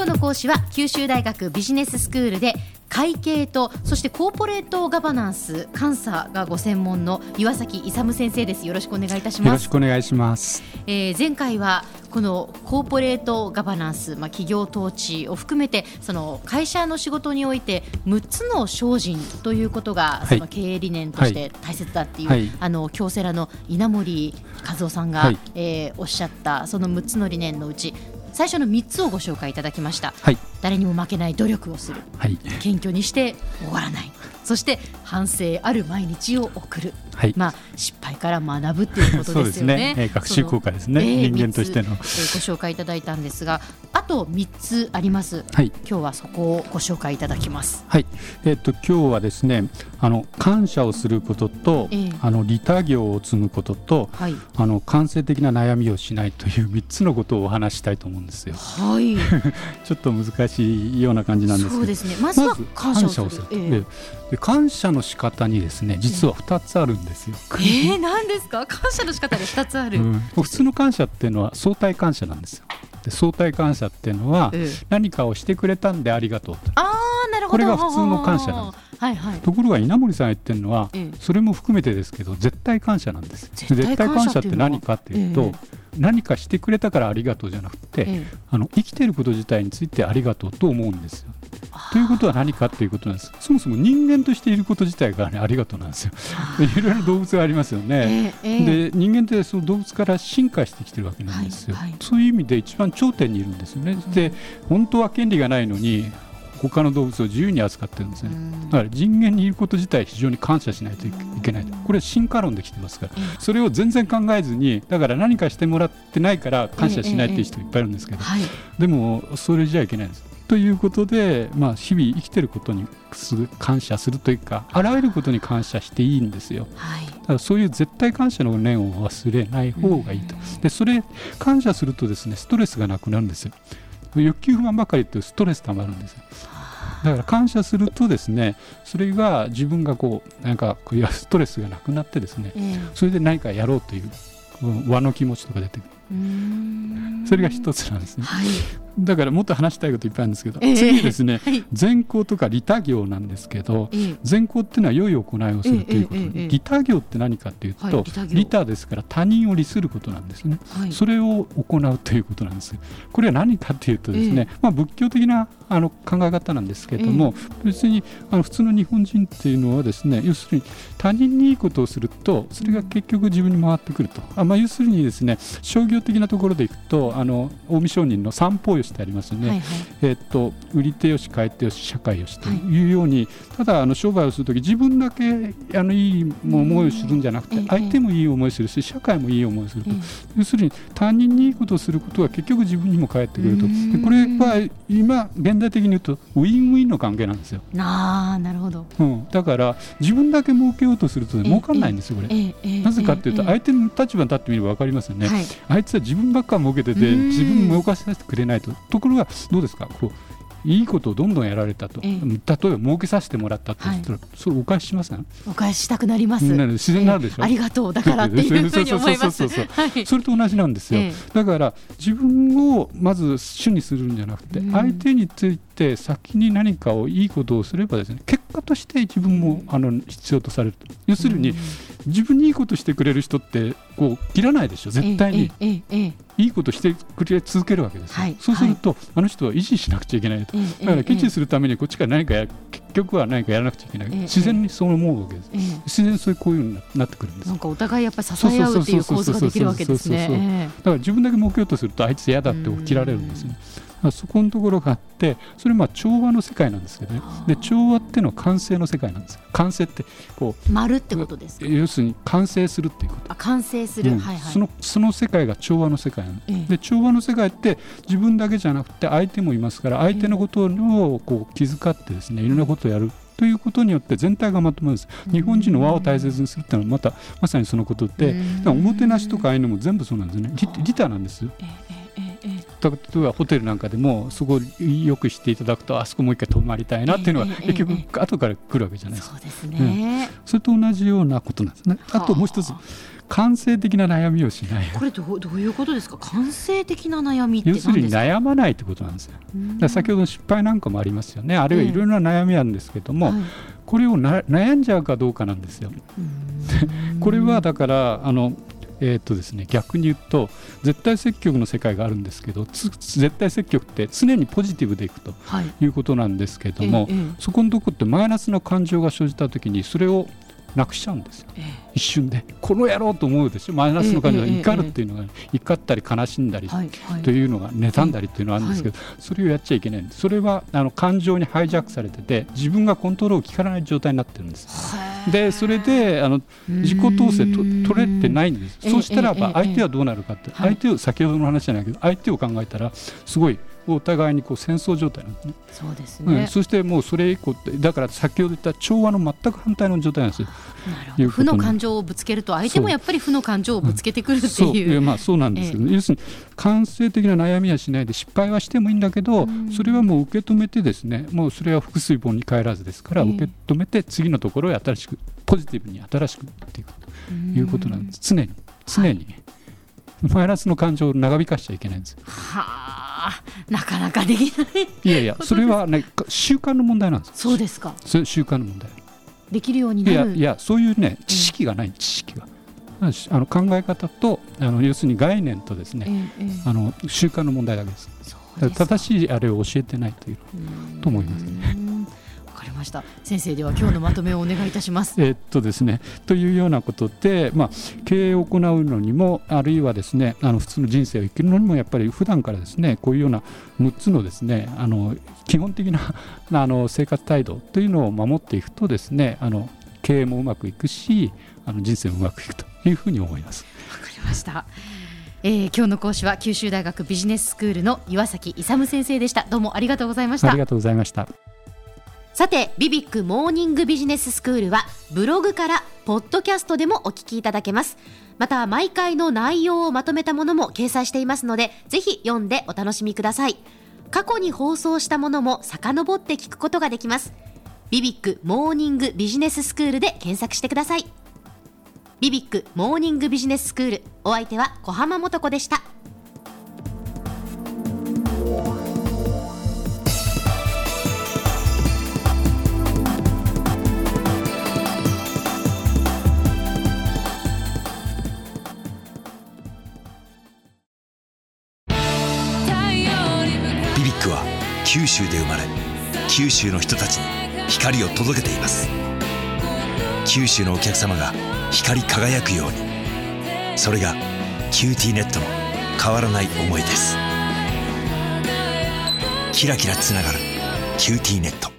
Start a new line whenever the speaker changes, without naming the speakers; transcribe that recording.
今日の講師は九州大学ビジネススクールで会計とそしてコーポレートガバナンス監査がご専門の岩崎勇先生です。よろしくお願いいたします。
よろしくお願いします。
前回はこのコーポレートガバナンス、企業統治を含めてその会社の仕事において6つの精進ということがその経営理念として大切だっていう、京セラの稲森和夫さんが、おっしゃったその6つの理念のうち最初の3つをご紹介いただきました。誰にも負けない努力をする、謙虚にして終わらない、そして反省ある毎日を送る、失敗から学ぶということですよね。
そうですね、学習効果ですね、人間としての、
ご紹介いただいたんですが、あと3つあります、今日はそこをご紹介いただきます。
今日はですね、感謝をすることと、利他行を積むことと、感性的な悩みをしないという3つのことをお話したいと思うんですよ。ちょっと難しいような感じなんですけど、
そうですね、まずは感謝をする、
で感謝の仕方にですね、実は2つあるんですよ。
何ですか？感謝の仕方で2つある、
普通の感謝っていうのは相対感謝なんですよ。で相対感謝っていうのは、何かをしてくれたんでありがとうと、
なるほど、
これが普通の感謝なんです。ところが稲森さんが言ってるのは、それも含めてですけど絶対感謝なんです。絶対感謝って何かっていうと、何かしてくれたからありがとうじゃなくて、生きていること自体についてありがとうと思うんですよ。ということは何かということなんです。そもそも人間としていること自体が、ありがとうなんですよ。いろいろ動物がありますよね、で人間ってその動物から進化してきてるわけなんですよ、そういう意味で一番頂点にいるんですよね。で本当は権利がないのに他の動物を自由に扱ってるんですね。だから人間にいること自体非常に感謝しないといけない。これは進化論できてますから、それを全然考えずに、だから何かしてもらってないから感謝しないっていう人いっぱいいるんですけど、でもそれじゃいけないんです。ということで、日々生きてることに感謝するというか、あらゆることに感謝していいんですよ。だからそういう絶対感謝の念を忘れない方がいいと。でそれ感謝するとですね、ストレスがなくなるんですよ。欲求不満ばかりってストレスたまるんですよ。だから感謝するとですね、それが自分がなんかストレスがなくなってですね、それで何かやろうという和の気持ちとか出てくる。それが一つなんですね。だからもっと話したいこといっぱいあるんですけど、次ですね、善行とか利他行なんですけど、善行っていうのは良い行いをするということで、利他行って何かというと、利他ですから他人を利することなんですね。それを行うということなんです。これは何かというとですね、仏教的な考え方なんですけども、別に普通の日本人っていうのはですね、要するに他人にいいことをするとそれが結局自分に回ってくると。要するにですね、商業的なところでいくと近江商人の三方よしってありますよね。売り手よし買い手よし社会よしというように、ただ商売をするとき自分だけいい思いをするんじゃなくて、相手もいい思いするし社会もいい思いすると、要するに他人にいいことをすることは結局自分にも返ってくると。でこれは今現代的に言うとウィンウィンの関係なんですよ。
なるほど、
だから自分だけ儲けようとすると儲かんないんですよ、これ。なぜかというと、相手の立場に立ってみれば分かりますよね。あいつは自分ばっか儲けてて自分も儲かさせてくれないと。ところがどうですか、いいことをどんどんやられたと、例えば儲けさせてもらったと言ったら、それお返ししません？お
返ししたくなります。
自然になるでしょ、
ありがとうだからっていうふうに思います。
それと同じなんですよ。だから自分をまず主にするんじゃなくて、相手について先に何かをいいことをすればですね、結果として自分も必要とされると。要するに自分にいいことしてくれる人って切らないでしょ、絶対に。いいことしてくれ続けるわけですよ。そうすると、人は維持しなくちゃいけないと。だから維持するためにこっちから何か結局は何かやらなくちゃいけない。自然にそう思うわけです。自然にこういう風になってくるんです。
なんかお互いやっぱり支え合うっていう構図ができるわけですね。
だから自分だけ儲けようとするとあいつ嫌だって切られるんですね。そこのところがあって、それは調和の世界なんですけどね。で調和っていうのは完成の世界なんですよ。完成って
丸ってことですか？
要するに完成するっていうこと。
完成する、
その世界が調和の世界なんです。で調和の世界って自分だけじゃなくて相手もいますから、相手のことを気遣ってですね、いろんなことをやるということによって全体がまとまるんです。日本人の和を大切にするっていうのはまさにそのことで、おもてなしとかああいうのも全部そうなんですね。利他なんです。 例えばホテルなんかでもそこをよくしていただくとあそこもう一回泊まりたいなっていうのは結局後から来るわけじゃないですか。
そうですね、
それと同じようなことなんですね。あともう一つ、感性的な悩みをしない。
これどういうことですか？感性的な悩みって何ですか？
要するに悩まないってことなんですよ。だから先ほどの失敗なんかもありますよね。あるいはいろいろな悩みあるんですけども、これを悩んじゃうかどうかなんですよ。これはだからですね、逆に言うと絶対積極の世界があるんですけど、絶対積極って常にポジティブでいくということなんですけども、そこのとこってマイナスの感情が生じたときにそれをなくしちゃうんですよ、一瞬で。この野郎と思うでしょ。マイナスの感情が怒るっていうのが、怒ったり悲しんだりというのが、妬んだりというのがあるんですけど、それをやっちゃいけないんです。それは感情にハイジャックされてて自分がコントロール効かない状態になってるんです。でそれで自己統制取れてないんです。そうしたらば相手はどうなるかって、相手を先ほどの話じゃないけど相手を考えたらすごいお互いに戦争状態なんですね。
そうですね、
そしてもうそれ以降ってだから先ほど言った調和の全く反対の状態なんですよ。
負の感情をぶつけると相手もやっぱり負の感情をぶつけてくるっていう、
そうなんですよね。要するに感性的な悩みはしないで失敗はしてもいいんだけど、それはもう受け止めてですね、もうそれは複水盆に帰らずですから、受け止めて次のところを新しくポジティブに新しくっていくということなんです。常にマイナスの感情を長引かしちゃいけないんです。
なかなかできない。
いやそれは、ね、習慣の問題なんです。
そうですか。
それ習慣の問題。
できるようになる。
いやそういうね知識がない、知識が考え方と要するに概念とですね、習慣の問題だけです。正しいあれを教えてないというと思いますね。
わかりました。先生では今日のまとめをお願いいたします。
ですね、というようなことで、経営を行うのにもあるいはですね普通の人生を生きるのにもやっぱり普段からですねこういうような6つのですね基本的な生活態度というのを守っていくとですね経営もうまくいくし人生もうまくいくというふうに思います。
わかりました。今日の講師は九州大学ビジネススクールの岩崎勇先生でした。どうもありがとうございました。
ありがとうございました。
さてビビックモーニングビジネススクールはブログからポッドキャストでもお聞きいただけます。また毎回の内容をまとめたものも掲載していますのでぜひ読んでお楽しみください。過去に放送したものも遡って聞くことができます。ビビックモーニングビジネススクールで検索してください。ビビックモーニングビジネススクール、お相手は小浜もとこでした。
ビビックは九州で生まれ九州の人たちに光を届けています。九州のお客様が光り輝くように、それがキューティーネットの変わらない思いです。キラキラつながるキューティーネット。